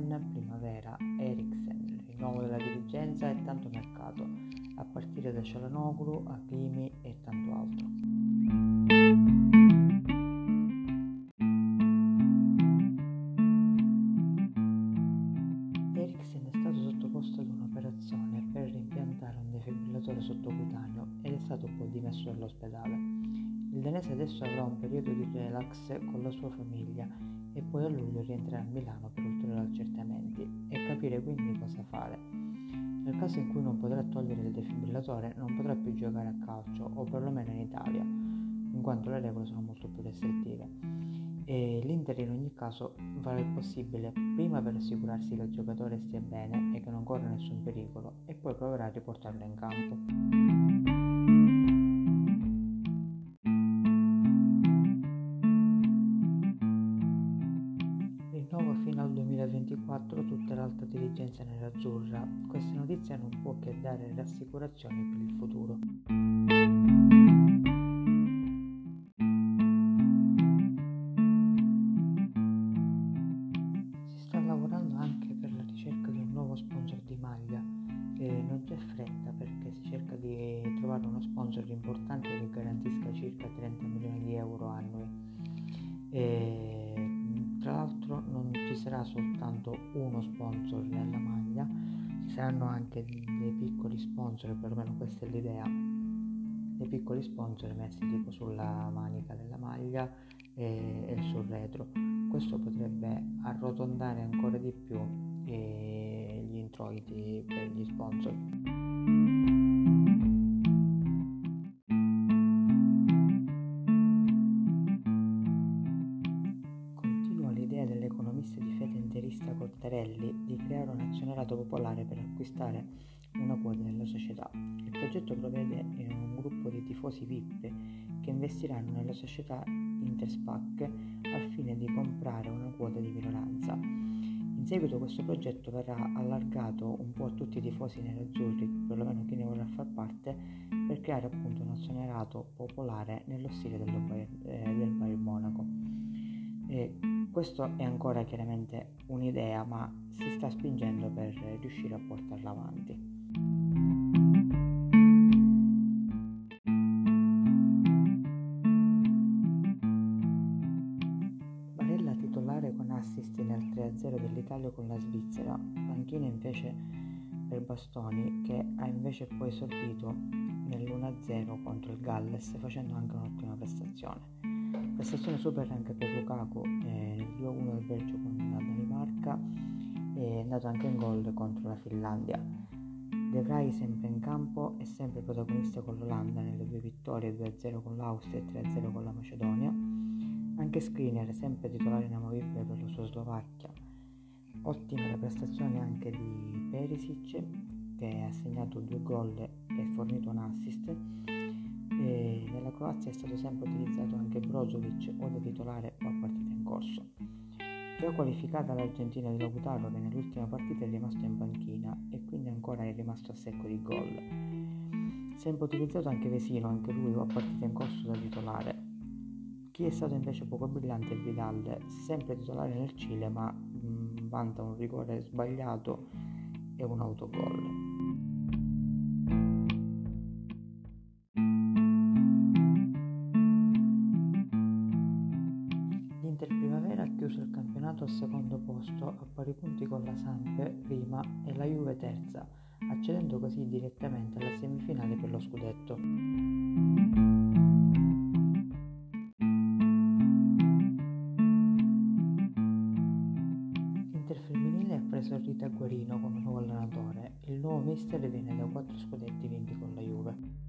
Milan, primavera, Eriksen, rinnovo della dirigenza e tanto mercato, a partire da Çalhanoğlu, Hakimi e tanto altro. Eriksen è stato sottoposto ad un'operazione per rimpiantare un defibrillatore sottocutaneo ed è stato poi dimesso dall'ospedale. Il danese adesso avrà un periodo di relax con la sua famiglia e poi a luglio rientrerà a Milano per ulteriori accertamenti e capire quindi cosa fare. Nel caso in cui non potrà togliere il defibrillatore, non potrà più giocare a calcio, o perlomeno in Italia, in quanto le regole sono molto più restrittive. E l'Inter in ogni caso farà il possibile prima per assicurarsi che il giocatore stia bene e che non corra nessun pericolo, e poi proverà a riportarlo in campo. Rinnovo fino al 2024 tutta l'alta dirigenza nerazzurra. Questa notizia non può che dare rassicurazioni per il futuro. Si sta lavorando anche per la ricerca di un nuovo sponsor di maglia. Non c'è fretta perché si cerca di trovare uno sponsor importante che garantisca circa 30 milioni di euro annui. Tra l'altro non ci sarà soltanto uno sponsor nella maglia, ci saranno anche dei piccoli sponsor, perlomeno questa è l'idea, dei piccoli sponsor messi tipo sulla manica della maglia e sul retro. Questo potrebbe arrotondare ancora di più gli introiti per gli sponsor. Continua l'idea dell'economista di fede interista Cottarelli di creare un azionariato popolare per acquistare una quota della società. Il progetto prevede un gruppo di tifosi VIP che investiranno nella società Interspac al fine di comprare una quota di minoranza. In seguito questo progetto verrà allargato un po' a tutti i tifosi nerazzurri, perlomeno chi ne vorrà far parte, per creare appunto un azionariato popolare nello stile del Bayern Monaco. Questo è ancora chiaramente un'idea, ma si sta spingendo per riuscire a portarla avanti. Barella titolare con assist nel 3-0 dell'Italia con la Svizzera, panchina invece per Bastoni, che ha invece poi esordito nell'1-0 contro il Galles facendo anche un'ottima prestazione. Prestazione super anche per Lukaku nel 2-1 del Belgio con la Danimarca, è andato anche in gol contro la Finlandia. De Vrij sempre in campo e sempre protagonista con l'Olanda nelle due vittorie, 2-0 con l'Austria e 3-0 con la Macedonia. Anche Skriniar sempre titolare inamovibile per la sua Slovacchia. Ottima la prestazione anche di Perisic, che ha segnato 2 gol e fornito un assist. E nella Croazia è stato sempre utilizzato anche Brozovic, o da titolare o a partita in corso. Già qualificata l'Argentina di Lautaro, che nell'ultima partita è rimasto in panchina e quindi ancora è rimasto a secco di gol. Sempre utilizzato anche Vesino, anche lui o a partita in corso da titolare. Chi è stato invece poco brillante è Vidal, sempre titolare nel Cile, ma vanta un rigore sbagliato e un autogol. L'Inter primavera ha chiuso il campionato al secondo posto, a pari punti con la Samp prima e la Juve terza, accedendo così direttamente alla semifinale per lo scudetto. L'Inter femminile ha preso Rita Guarino come nuovo allenatore. Il nuovo mister viene da 4 scudetti vinti con la Juve.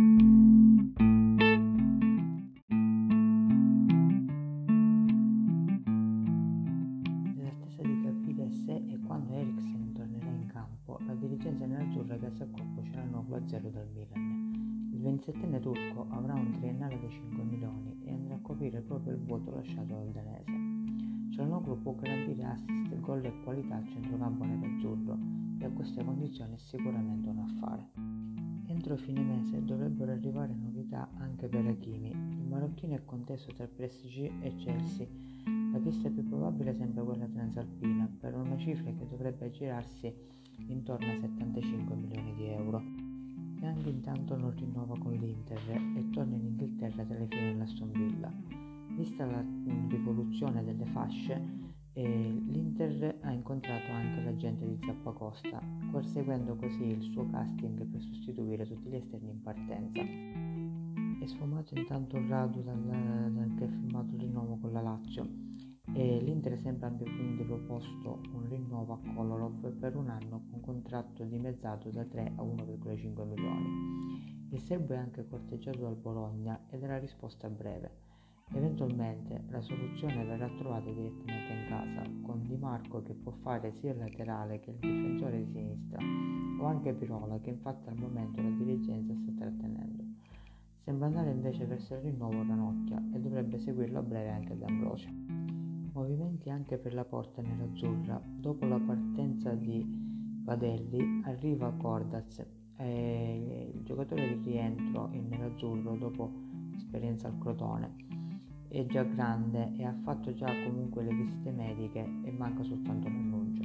Nell'attesa di capire se e quando Eriksen tornerà in campo, la dirigenza nerazzurra casa a colpo Çalhanoğlu a 0 dal Milan. Il 27enne turco avrà un triennale da 5 milioni e andrà a coprire proprio il vuoto lasciato dal danese. Çalhanoğlu può garantire assist, gol e qualità al centrocampo nerazzurro e a queste condizioni è sicuramente un affare. Entro fine mese dovrebbero arrivare novità anche per Hakimi. Il marocchino è conteso tra PSG e Chelsea. La pista più probabile sembra quella transalpina, per un una cifra che dovrebbe aggirarsi intorno a 75 milioni di euro. Young intanto non rinnova con l'Inter e torna in Inghilterra tra le file dell'Aston Villa. Vista la rivoluzione delle fasce, l'Inter ha incontrato anche l'agente di Zappacosta, conseguendo così il suo casting per sostituire tutti gli esterni in partenza. È sfumato intanto il Radu che ha firmato il rinnovo con la Lazio e l'Inter sembra abbia quindi proposto un rinnovo a Kolarov per un anno con contratto dimezzato da 3 a 1,5 milioni. Il serbo è anche corteggiato dal Bologna ed è la risposta breve. Eventualmente la soluzione verrà trovata direttamente in casa, con Di Marco che può fare sia il laterale che il difensore di sinistra, o anche Pirola che infatti al momento la dirigenza sta trattenendo. Sembra andare invece verso il rinnovo Ranocchia e dovrebbe seguirlo a breve anche D'Ambrosio. Movimenti anche per la porta nerazzurra. Dopo la partenza di Padelli arriva Cordaz, il giocatore di rientro in nerazzurro dopo esperienza al Crotone. È già grande e ha fatto già comunque le visite mediche e manca soltanto l'annuncio.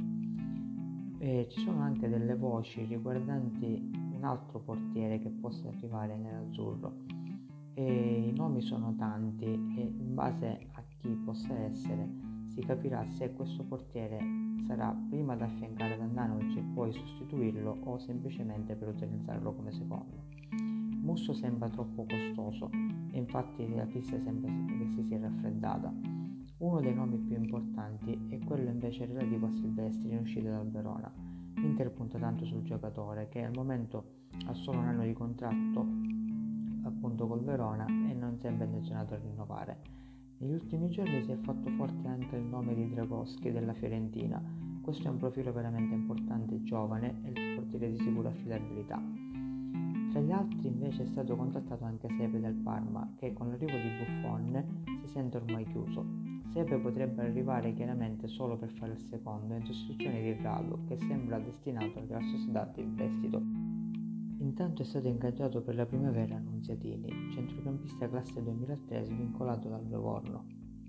Ci sono anche delle voci riguardanti un altro portiere che possa arrivare nell'azzurro. I nomi sono tanti e in base a chi possa essere si capirà se questo portiere sarà prima da affiancare ad Andanovic e poi sostituirlo o semplicemente per utilizzarlo come secondo. Musso sembra troppo costoso e infatti la pista sembra che si sia raffreddata. Uno dei nomi più importanti è quello invece relativo a Silvestri in uscita dal Verona. L'Inter punta tanto sul giocatore che al momento ha solo un anno di contratto appunto col Verona e non sembra intenzionato a rinnovare. Negli ultimi giorni si è fatto forte anche il nome di Dragoschi della Fiorentina. Questo è un profilo veramente importante, giovane e il portiere di sicura affidabilità. Tra gli altri invece è stato contattato anche Sepe del Parma, che con l'arrivo di Buffon si sente ormai chiuso. Sepe potrebbe arrivare chiaramente solo per fare il secondo in sostituzione di Radu, che sembra destinato al Real Sociedad in prestito. Intanto è stato ingaggiato per la primavera Annunziatini, centrocampista classe 2003 svincolato dal Livorno.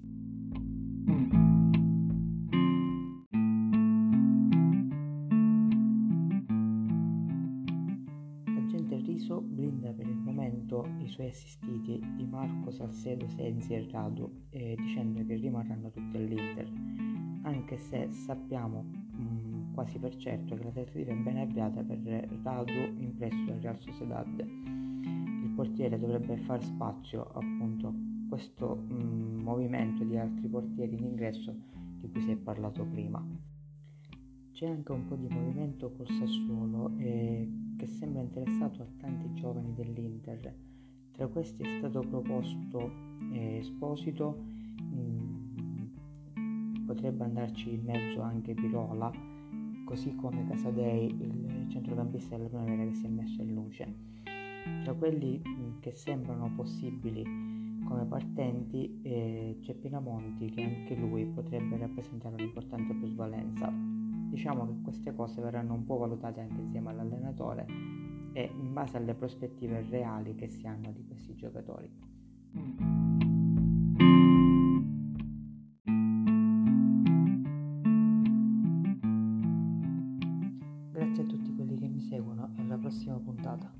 L'agente Riso blinda per il momento i suoi assistiti Di Marco, Salcedo, Sensi e Radu, dicendo che rimarranno tutti all'Inter, anche se sappiamo quasi per certo che la trattativa è ben avviata per Radu in prestito al Real Sociedad. Il portiere dovrebbe far spazio appunto a questo movimento di altri portieri in ingresso di cui si è parlato prima. C'è anche un po' di movimento col Sassuolo che sembra interessato a tanti giovani dell'Inter. Tra questi è stato proposto Esposito, potrebbe andarci in mezzo anche Pirola, così come Casadei, il centrocampista della primavera che si è messo in luce. Tra quelli che sembrano possibili come partenti c'è Pinamonti, che anche lui potrebbe rappresentare un'importante plusvalenza. Diciamo che queste cose verranno un po' valutate anche insieme all'allenatore e in base alle prospettive reali che si hanno di questi giocatori. Grazie a tutti quelli che mi seguono e alla prossima puntata.